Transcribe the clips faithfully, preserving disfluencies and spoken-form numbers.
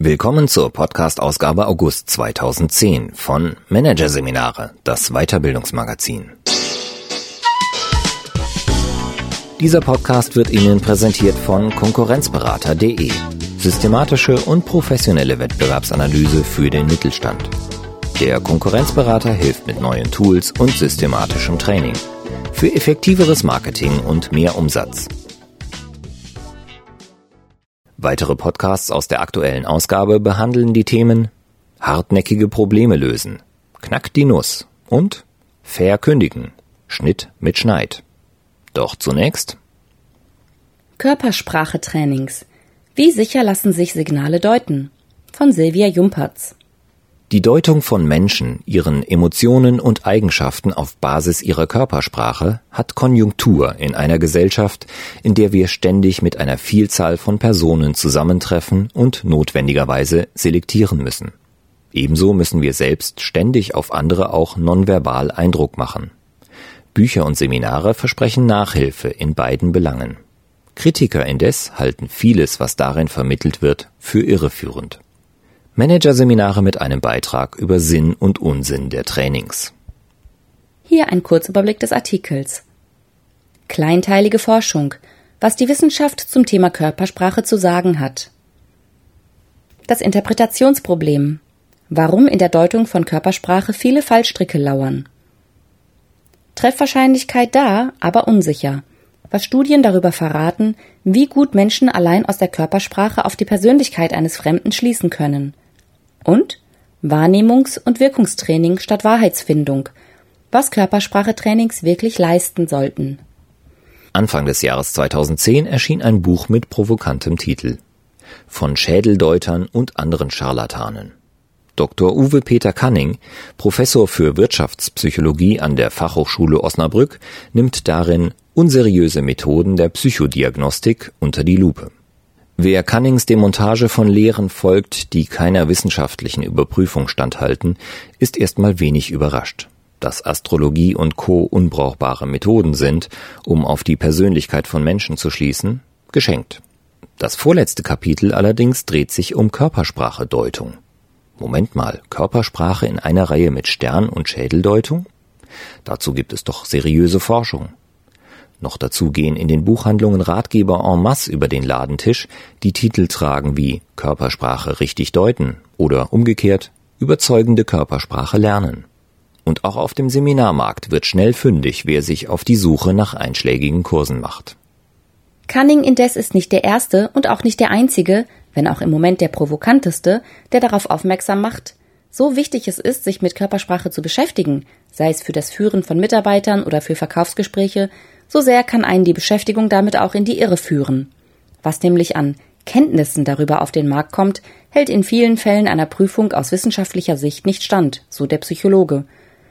Willkommen zur Podcast-Ausgabe August zweitausendzehn von Managerseminare, das Weiterbildungsmagazin. Dieser Podcast wird Ihnen präsentiert von Konkurrenzberater punkt de. Systematische und professionelle Wettbewerbsanalyse für den Mittelstand. Der Konkurrenzberater hilft mit neuen Tools und systematischem Training. Für effektiveres Marketing und mehr Umsatz. Weitere Podcasts aus der aktuellen Ausgabe behandeln die Themen hartnäckige Probleme lösen, knackt die Nuss und fair kündigen, Schnitt mit Schneid. Doch zunächst Körpersprache-Trainings. Wie sicher lassen sich Signale deuten? Von Silvia Jumpertz. Die Deutung von Menschen, ihren Emotionen und Eigenschaften auf Basis ihrer Körpersprache hat Konjunktur in einer Gesellschaft, in der wir ständig mit einer Vielzahl von Personen zusammentreffen und notwendigerweise selektieren müssen. Ebenso müssen wir selbst ständig auf andere auch nonverbal Eindruck machen. Bücher und Seminare versprechen Nachhilfe in beiden Belangen. Kritiker indes halten vieles, was darin vermittelt wird, für irreführend. Managerseminare mit einem Beitrag über Sinn und Unsinn der Trainings. Hier ein Kurzüberblick des Artikels. Kleinteilige Forschung, was die Wissenschaft zum Thema Körpersprache zu sagen hat. Das Interpretationsproblem, warum in der Deutung von Körpersprache viele Fallstricke lauern. Treffwahrscheinlichkeit da, aber unsicher, was Studien darüber verraten, wie gut Menschen allein aus der Körpersprache auf die Persönlichkeit eines Fremden schließen können. Und Wahrnehmungs- und Wirkungstraining statt Wahrheitsfindung, was Körpersprache-Trainings wirklich leisten sollten. Anfang des Jahres zweitausendzehn erschien ein Buch mit provokantem Titel Von Schädeldeutern und anderen Scharlatanen. Doktor Uwe Peter Canning, Professor für Wirtschaftspsychologie an der Fachhochschule Osnabrück, nimmt darin unseriöse Methoden der Psychodiagnostik unter die Lupe. Wer Cannings Demontage von Lehren folgt, die keiner wissenschaftlichen Überprüfung standhalten, ist erstmal wenig überrascht. Dass Astrologie und Co. unbrauchbare Methoden sind, um auf die Persönlichkeit von Menschen zu schließen, geschenkt. Das vorletzte Kapitel allerdings dreht sich um Körpersprache-Deutung. Moment mal, Körpersprache in einer Reihe mit Stern- und Schädeldeutung? Dazu gibt es doch seriöse Forschung. Noch dazu gehen in den Buchhandlungen Ratgeber en masse über den Ladentisch, die Titel tragen wie Körpersprache richtig deuten oder umgekehrt überzeugende Körpersprache lernen. Und auch auf dem Seminarmarkt wird schnell fündig, wer sich auf die Suche nach einschlägigen Kursen macht. Canning indes ist nicht der erste und auch nicht der einzige, wenn auch im Moment der provokanteste, der darauf aufmerksam macht, so wichtig es ist, sich mit Körpersprache zu beschäftigen, sei es für das Führen von Mitarbeitern oder für Verkaufsgespräche, so sehr kann einen die Beschäftigung damit auch in die Irre führen. Was nämlich an Kenntnissen darüber auf den Markt kommt, hält in vielen Fällen einer Prüfung aus wissenschaftlicher Sicht nicht stand, so der Psychologe.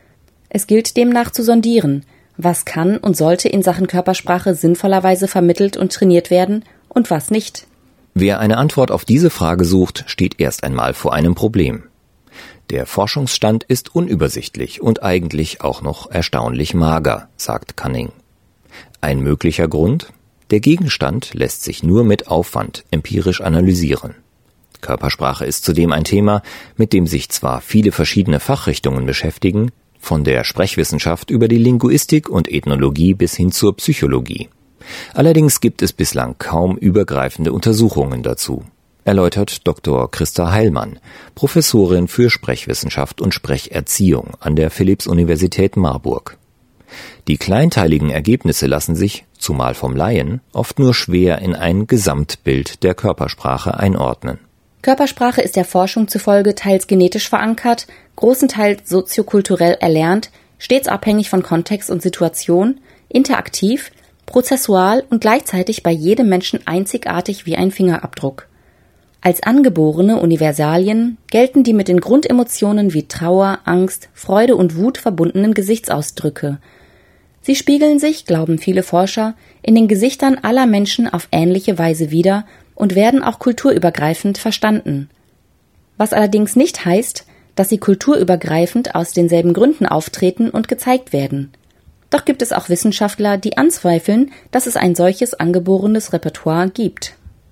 Es gilt demnach zu sondieren, was kann und sollte in Sachen Körpersprache sinnvollerweise vermittelt und trainiert werden und was nicht. Wer eine Antwort auf diese Frage sucht, steht erst einmal vor einem Problem. Der Forschungsstand ist unübersichtlich und eigentlich auch noch erstaunlich mager, sagt Canning. Ein möglicher Grund? Der Gegenstand lässt sich nur mit Aufwand empirisch analysieren. Körpersprache ist zudem ein Thema, mit dem sich zwar viele verschiedene Fachrichtungen beschäftigen, von der Sprechwissenschaft über die Linguistik und Ethnologie bis hin zur Psychologie. Allerdings gibt es bislang kaum übergreifende Untersuchungen dazu, erläutert Doktor Christa Heilmann, Professorin für Sprechwissenschaft und Sprecherziehung an der Philipps-Universität Marburg. Die kleinteiligen Ergebnisse lassen sich, zumal vom Laien, oft nur schwer in ein Gesamtbild der Körpersprache einordnen. Körpersprache ist der Forschung zufolge teils genetisch verankert, großenteils soziokulturell erlernt, stets abhängig von Kontext und Situation, interaktiv, prozessual und gleichzeitig bei jedem Menschen einzigartig wie ein Fingerabdruck. Als angeborene Universalien gelten die mit den Grundemotionen wie Trauer, Angst, Freude und Wut verbundenen Gesichtsausdrücke. Sie spiegeln sich, glauben viele Forscher, in den Gesichtern aller Menschen auf ähnliche Weise wider und werden auch kulturübergreifend verstanden. Was allerdings nicht heißt, dass sie kulturübergreifend aus denselben Gründen auftreten und gezeigt werden. Doch gibt es auch Wissenschaftler, die anzweifeln, dass es ein solches angeborenes Repertoire gibt.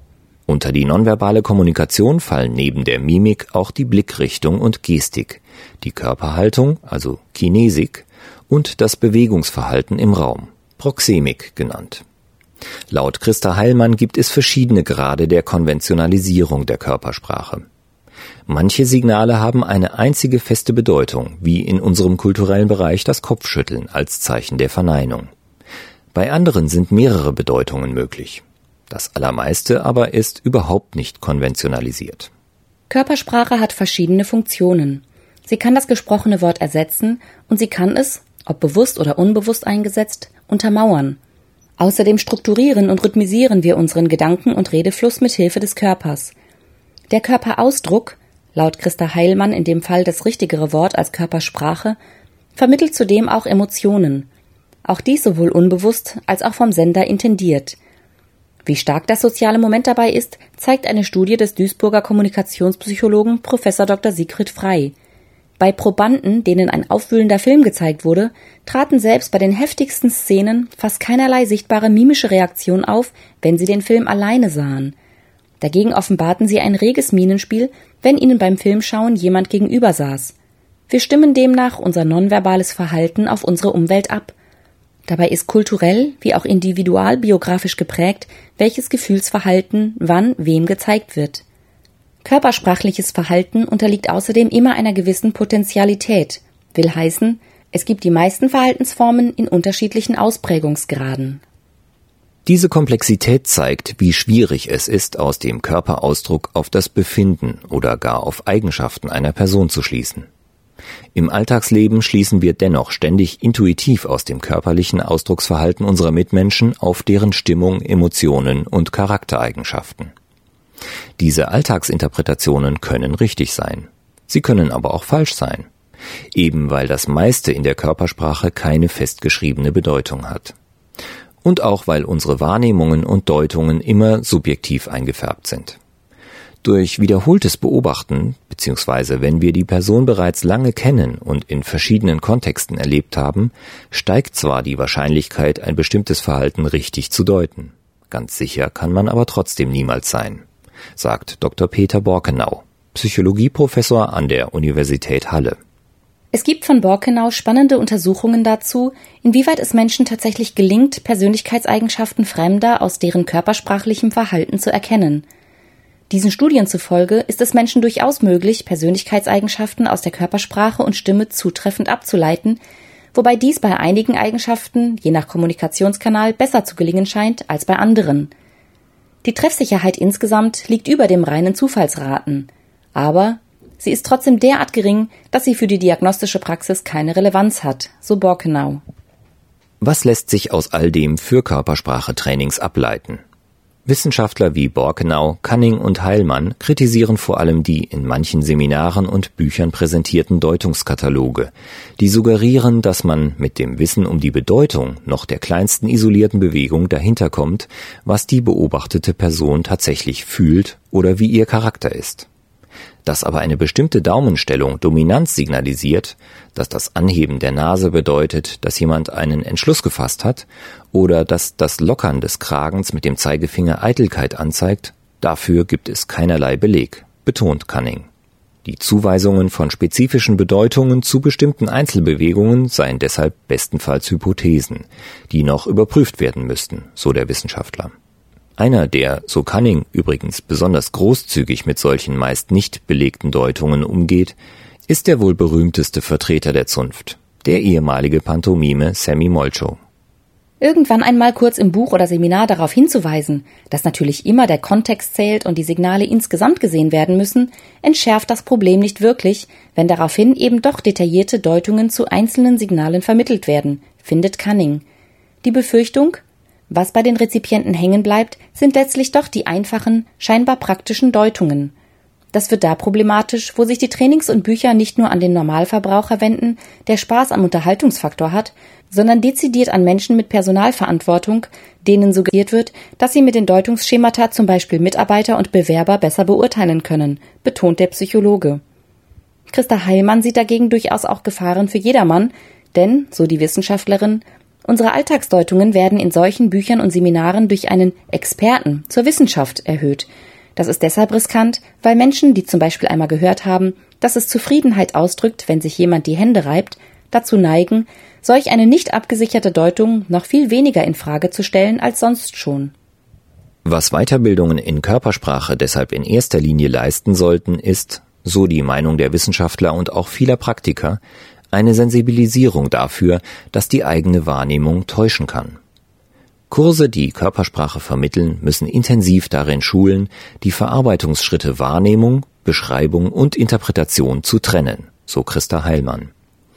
Unter die nonverbale Kommunikation fallen neben der Mimik auch die Blickrichtung und Gestik, die Körperhaltung, also Kinesik, und das Bewegungsverhalten im Raum, Proxemik genannt. Laut Christa Heilmann gibt es verschiedene Grade der Konventionalisierung der Körpersprache. Manche Signale haben eine einzige feste Bedeutung, wie in unserem kulturellen Bereich das Kopfschütteln als Zeichen der Verneinung. Bei anderen sind mehrere Bedeutungen möglich. Das Allermeiste aber ist überhaupt nicht konventionalisiert. Körpersprache hat verschiedene Funktionen. Sie kann das gesprochene Wort ersetzen und sie kann es, ob bewusst oder unbewusst eingesetzt, untermauern. Außerdem strukturieren und rhythmisieren wir unseren Gedanken- und Redefluss mit Hilfe des Körpers. Der Körperausdruck, laut Christa Heilmann in dem Fall das richtigere Wort als Körpersprache, vermittelt zudem auch Emotionen. Auch dies sowohl unbewusst als auch vom Sender intendiert. Wie stark das soziale Moment dabei ist, zeigt eine Studie des Duisburger Kommunikationspsychologen Professor Doktor Siegfried Frey. Bei Probanden, denen ein aufwühlender Film gezeigt wurde, traten selbst bei den heftigsten Szenen fast keinerlei sichtbare mimische Reaktion auf, wenn sie den Film alleine sahen. Dagegen offenbarten sie ein reges Mienenspiel, wenn ihnen beim Filmschauen jemand gegenüber saß. Wir stimmen demnach unser nonverbales Verhalten auf unsere Umwelt ab. Dabei ist kulturell wie auch individualbiografisch geprägt, welches Gefühlsverhalten wann wem gezeigt wird. Körpersprachliches Verhalten unterliegt außerdem immer einer gewissen Potentialität, will heißen, es gibt die meisten Verhaltensformen in unterschiedlichen Ausprägungsgraden. Diese Komplexität zeigt, wie schwierig es ist, aus dem Körperausdruck auf das Befinden oder gar auf Eigenschaften einer Person zu schließen. Im Alltagsleben schließen wir dennoch ständig intuitiv aus dem körperlichen Ausdrucksverhalten unserer Mitmenschen auf deren Stimmung, Emotionen und Charaktereigenschaften. Diese Alltagsinterpretationen können richtig sein. Sie können aber auch falsch sein. Eben weil das meiste in der Körpersprache keine festgeschriebene Bedeutung hat. Und auch weil unsere Wahrnehmungen und Deutungen immer subjektiv eingefärbt sind. Durch wiederholtes Beobachten, beziehungsweise wenn wir die Person bereits lange kennen und in verschiedenen Kontexten erlebt haben, steigt zwar die Wahrscheinlichkeit, ein bestimmtes Verhalten richtig zu deuten. Ganz sicher kann man aber trotzdem niemals sein, sagt Doktor Peter Borkenau, Psychologieprofessor an der Universität Halle. Es gibt von Borkenau spannende Untersuchungen dazu, inwieweit es Menschen tatsächlich gelingt, Persönlichkeitseigenschaften Fremder aus deren körpersprachlichem Verhalten zu erkennen. Diesen Studien zufolge ist es Menschen durchaus möglich, Persönlichkeitseigenschaften aus der Körpersprache und Stimme zutreffend abzuleiten, wobei dies bei einigen Eigenschaften, je nach Kommunikationskanal, besser zu gelingen scheint als bei anderen. Die Treffsicherheit insgesamt liegt über dem reinen Zufallsraten, aber sie ist trotzdem derart gering, dass sie für die diagnostische Praxis keine Relevanz hat, so Borkenau. Was lässt sich aus all dem für Körpersprache-Trainings ableiten? Wissenschaftler wie Borkenau, Canning und Heilmann kritisieren vor allem die in manchen Seminaren und Büchern präsentierten Deutungskataloge, die suggerieren, dass man mit dem Wissen um die Bedeutung noch der kleinsten isolierten Bewegung dahinter kommt, was die beobachtete Person tatsächlich fühlt oder wie ihr Charakter ist. Dass aber eine bestimmte Daumenstellung Dominanz signalisiert, dass das Anheben der Nase bedeutet, dass jemand einen Entschluss gefasst hat, oder dass das Lockern des Kragens mit dem Zeigefinger Eitelkeit anzeigt, dafür gibt es keinerlei Beleg, betont Canning. Die Zuweisungen von spezifischen Bedeutungen zu bestimmten Einzelbewegungen seien deshalb bestenfalls Hypothesen, die noch überprüft werden müssten, so der Wissenschaftler. Einer, der, so Canning übrigens besonders großzügig mit solchen meist nicht belegten Deutungen umgeht, ist der wohl berühmteste Vertreter der Zunft, der ehemalige Pantomime Sammy Molcho. Irgendwann einmal kurz im Buch oder Seminar darauf hinzuweisen, dass natürlich immer der Kontext zählt und die Signale insgesamt gesehen werden müssen, entschärft das Problem nicht wirklich, wenn daraufhin eben doch detaillierte Deutungen zu einzelnen Signalen vermittelt werden, findet Canning. Die Befürchtung: Was bei den Rezipienten hängen bleibt, sind letztlich doch die einfachen, scheinbar praktischen Deutungen. Das wird da problematisch, wo sich die Trainings und Bücher nicht nur an den Normalverbraucher wenden, der Spaß am Unterhaltungsfaktor hat, sondern dezidiert an Menschen mit Personalverantwortung, denen suggeriert wird, dass sie mit den Deutungsschemata zum Beispiel Mitarbeiter und Bewerber besser beurteilen können, betont der Psychologe. Christa Heilmann sieht dagegen durchaus auch Gefahren für jedermann, denn, so die Wissenschaftlerin, unsere Alltagsdeutungen werden in solchen Büchern und Seminaren durch einen Experten zur Wissenschaft erhöht. Das ist deshalb riskant, weil Menschen, die zum Beispiel einmal gehört haben, dass es Zufriedenheit ausdrückt, wenn sich jemand die Hände reibt, dazu neigen, solch eine nicht abgesicherte Deutung noch viel weniger in Frage zu stellen als sonst schon. Was Weiterbildungen in Körpersprache deshalb in erster Linie leisten sollten, ist, so die Meinung der Wissenschaftler und auch vieler Praktiker, eine Sensibilisierung dafür, dass die eigene Wahrnehmung täuschen kann. Kurse, die Körpersprache vermitteln, müssen intensiv darin schulen, die Verarbeitungsschritte Wahrnehmung, Beschreibung und Interpretation zu trennen, so Christa Heilmann.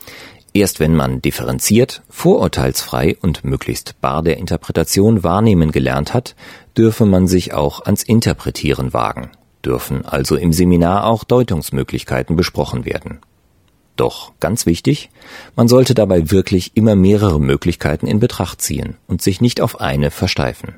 Erst wenn man differenziert, vorurteilsfrei und möglichst bar der Interpretation wahrnehmen gelernt hat, dürfe man sich auch ans Interpretieren wagen, dürfen also im Seminar auch Deutungsmöglichkeiten besprochen werden. Doch, ganz wichtig, man sollte dabei wirklich immer mehrere Möglichkeiten in Betracht ziehen und sich nicht auf eine versteifen.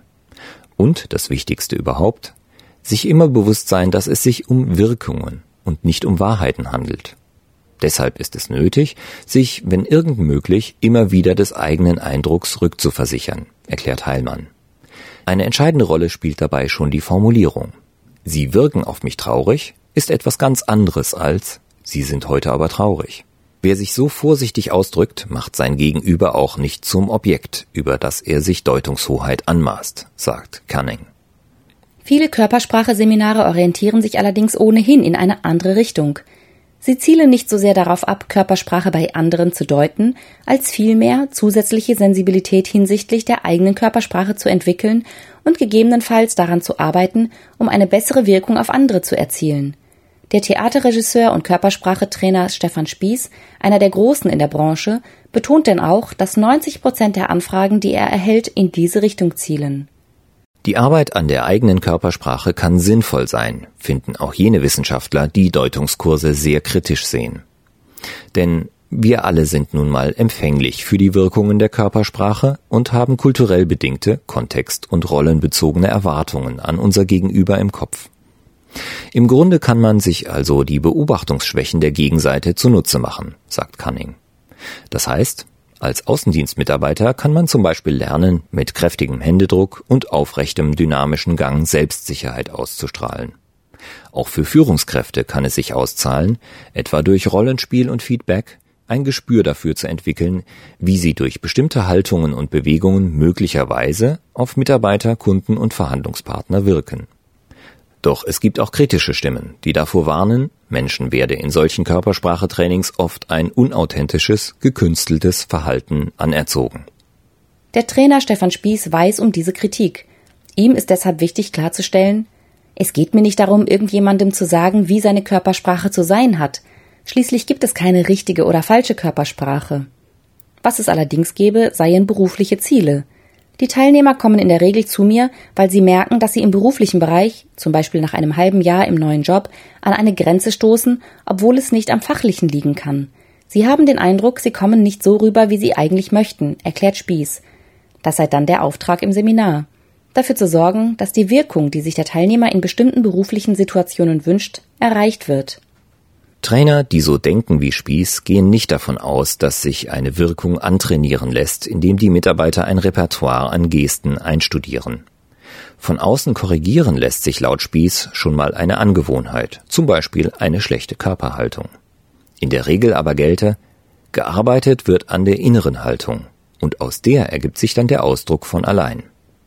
Und, das Wichtigste überhaupt, sich immer bewusst sein, dass es sich um Wirkungen und nicht um Wahrheiten handelt. Deshalb ist es nötig, sich, wenn irgend möglich, immer wieder des eigenen Eindrucks rückzuversichern, erklärt Heilmann. Eine entscheidende Rolle spielt dabei schon die Formulierung. Sie wirken auf mich traurig ist etwas ganz anderes als Sie sind heute aber traurig. Wer sich so vorsichtig ausdrückt, macht sein Gegenüber auch nicht zum Objekt, über das er sich Deutungshoheit anmaßt, sagt Canning. Viele Körpersprache-Seminare orientieren sich allerdings ohnehin in eine andere Richtung. Sie zielen nicht so sehr darauf ab, Körpersprache bei anderen zu deuten, als vielmehr zusätzliche Sensibilität hinsichtlich der eigenen Körpersprache zu entwickeln und gegebenenfalls daran zu arbeiten, um eine bessere Wirkung auf andere zu erzielen. Der Theaterregisseur und Körpersprachetrainer Stefan Spieß, einer der Großen in der Branche, betont denn auch, dass neunzig Prozent der Anfragen, die er erhält, in diese Richtung zielen. Die Arbeit an der eigenen Körpersprache kann sinnvoll sein, finden auch jene Wissenschaftler, die Deutungskurse sehr kritisch sehen. Denn wir alle sind nun mal empfänglich für die Wirkungen der Körpersprache und haben kulturell bedingte, kontext- und rollenbezogene Erwartungen an unser Gegenüber im Kopf. Im Grunde kann man sich also die Beobachtungsschwächen der Gegenseite zunutze machen, sagt Canning. Das heißt, als Außendienstmitarbeiter kann man zum Beispiel lernen, mit kräftigem Händedruck und aufrechtem dynamischen Gang Selbstsicherheit auszustrahlen. Auch für Führungskräfte kann es sich auszahlen, etwa durch Rollenspiel und Feedback, ein Gespür dafür zu entwickeln, wie sie durch bestimmte Haltungen und Bewegungen möglicherweise auf Mitarbeiter, Kunden und Verhandlungspartner wirken. Doch es gibt auch kritische Stimmen, die davor warnen, Menschen werde in solchen Körpersprachetrainings oft ein unauthentisches, gekünsteltes Verhalten anerzogen. Der Trainer Stefan Spieß weiß um diese Kritik. Ihm ist deshalb wichtig klarzustellen, es geht mir nicht darum, irgendjemandem zu sagen, wie seine Körpersprache zu sein hat. Schließlich gibt es keine richtige oder falsche Körpersprache. Was es allerdings gäbe, seien berufliche Ziele. Die Teilnehmer kommen in der Regel zu mir, weil sie merken, dass sie im beruflichen Bereich, zum Beispiel nach einem halben Jahr im neuen Job, an eine Grenze stoßen, obwohl es nicht am Fachlichen liegen kann. Sie haben den Eindruck, sie kommen nicht so rüber, wie sie eigentlich möchten, erklärt Spieß. Das sei dann der Auftrag im Seminar. Dafür zu sorgen, dass die Wirkung, die sich der Teilnehmer in bestimmten beruflichen Situationen wünscht, erreicht wird. Trainer, die so denken wie Spieß, gehen nicht davon aus, dass sich eine Wirkung antrainieren lässt, indem die Mitarbeiter ein Repertoire an Gesten einstudieren. Von außen korrigieren lässt sich laut Spieß schon mal eine Angewohnheit, zum Beispiel eine schlechte Körperhaltung. In der Regel aber gelte, gearbeitet wird an der inneren Haltung und aus der ergibt sich dann der Ausdruck von allein.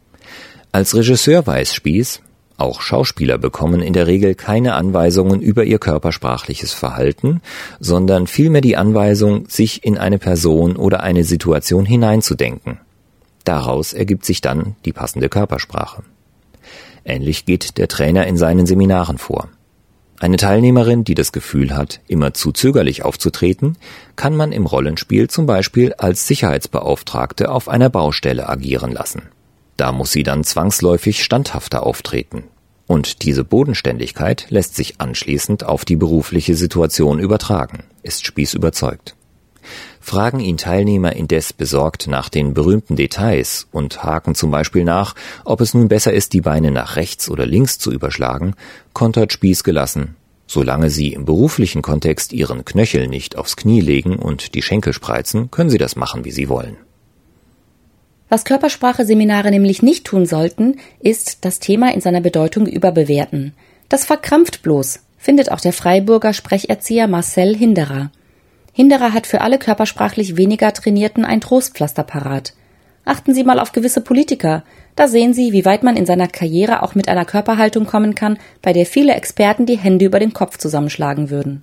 Als Regisseur weiß Spieß, auch Schauspieler bekommen in der Regel keine Anweisungen über ihr körpersprachliches Verhalten, sondern vielmehr die Anweisung, sich in eine Person oder eine Situation hineinzudenken. Daraus ergibt sich dann die passende Körpersprache. Ähnlich geht der Trainer in seinen Seminaren vor. Eine Teilnehmerin, die das Gefühl hat, immer zu zögerlich aufzutreten, kann man im Rollenspiel zum Beispiel als Sicherheitsbeauftragte auf einer Baustelle agieren lassen. Da muss sie dann zwangsläufig standhafter auftreten. Und diese Bodenständigkeit lässt sich anschließend auf die berufliche Situation übertragen, ist Spieß überzeugt. Fragen ihn Teilnehmer indes besorgt nach den berühmten Details und haken zum Beispiel nach, ob es nun besser ist, die Beine nach rechts oder links zu überschlagen, kontert Spieß gelassen. Solange Sie im beruflichen Kontext Ihren Knöchel nicht aufs Knie legen und die Schenkel spreizen, können Sie das machen, wie Sie wollen. Was Körpersprache-Seminare nämlich nicht tun sollten, ist das Thema in seiner Bedeutung überbewerten. Das verkrampft bloß, findet auch der Freiburger Sprecherzieher Marcel Hinderer. Hinderer hat für alle körpersprachlich weniger Trainierten ein Trostpflaster parat. Achten Sie mal auf gewisse Politiker. Da sehen Sie, wie weit man in seiner Karriere auch mit einer Körperhaltung kommen kann, bei der viele Experten die Hände über den Kopf zusammenschlagen würden.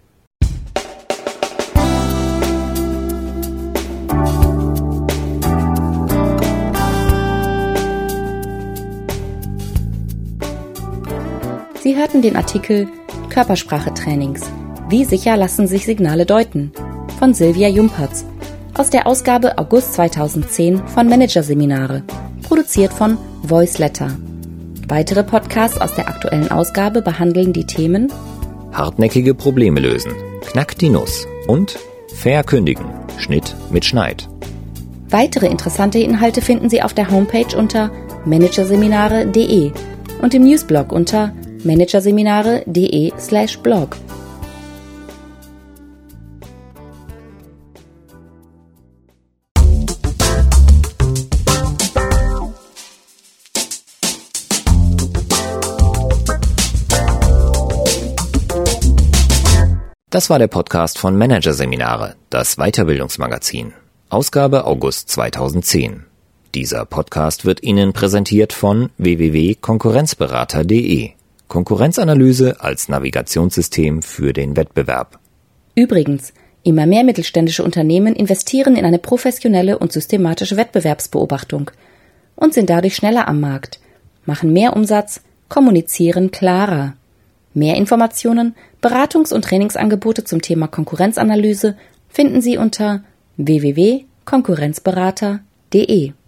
Sie hörten den Artikel Körpersprache-Trainings. Wie sicher lassen sich Signale deuten? Von Silvia Jumpertz aus der Ausgabe August zweitausendzehn von Managerseminare, produziert von Voiceletter. Weitere Podcasts aus der aktuellen Ausgabe behandeln die Themen Hartnäckige Probleme lösen, Knack die Nuss und Fair kündigen, Schnitt mit Schneid. Weitere interessante Inhalte finden Sie auf der Homepage unter managerseminare punkt de und im Newsblog unter managerseminare punkt de slash blog. Das war der Podcast von Managerseminare, das Weiterbildungsmagazin. Ausgabe August zweitausendzehn. Dieser Podcast wird Ihnen präsentiert von w w w punkt konkurrenzberater punkt de. Konkurrenzanalyse als Navigationssystem für den Wettbewerb. Übrigens, immer mehr mittelständische Unternehmen investieren in eine professionelle und systematische Wettbewerbsbeobachtung und sind dadurch schneller am Markt, machen mehr Umsatz, kommunizieren klarer. Mehr Informationen, Beratungs- und Trainingsangebote zum Thema Konkurrenzanalyse finden Sie unter w w w punkt konkurrenzberater punkt de.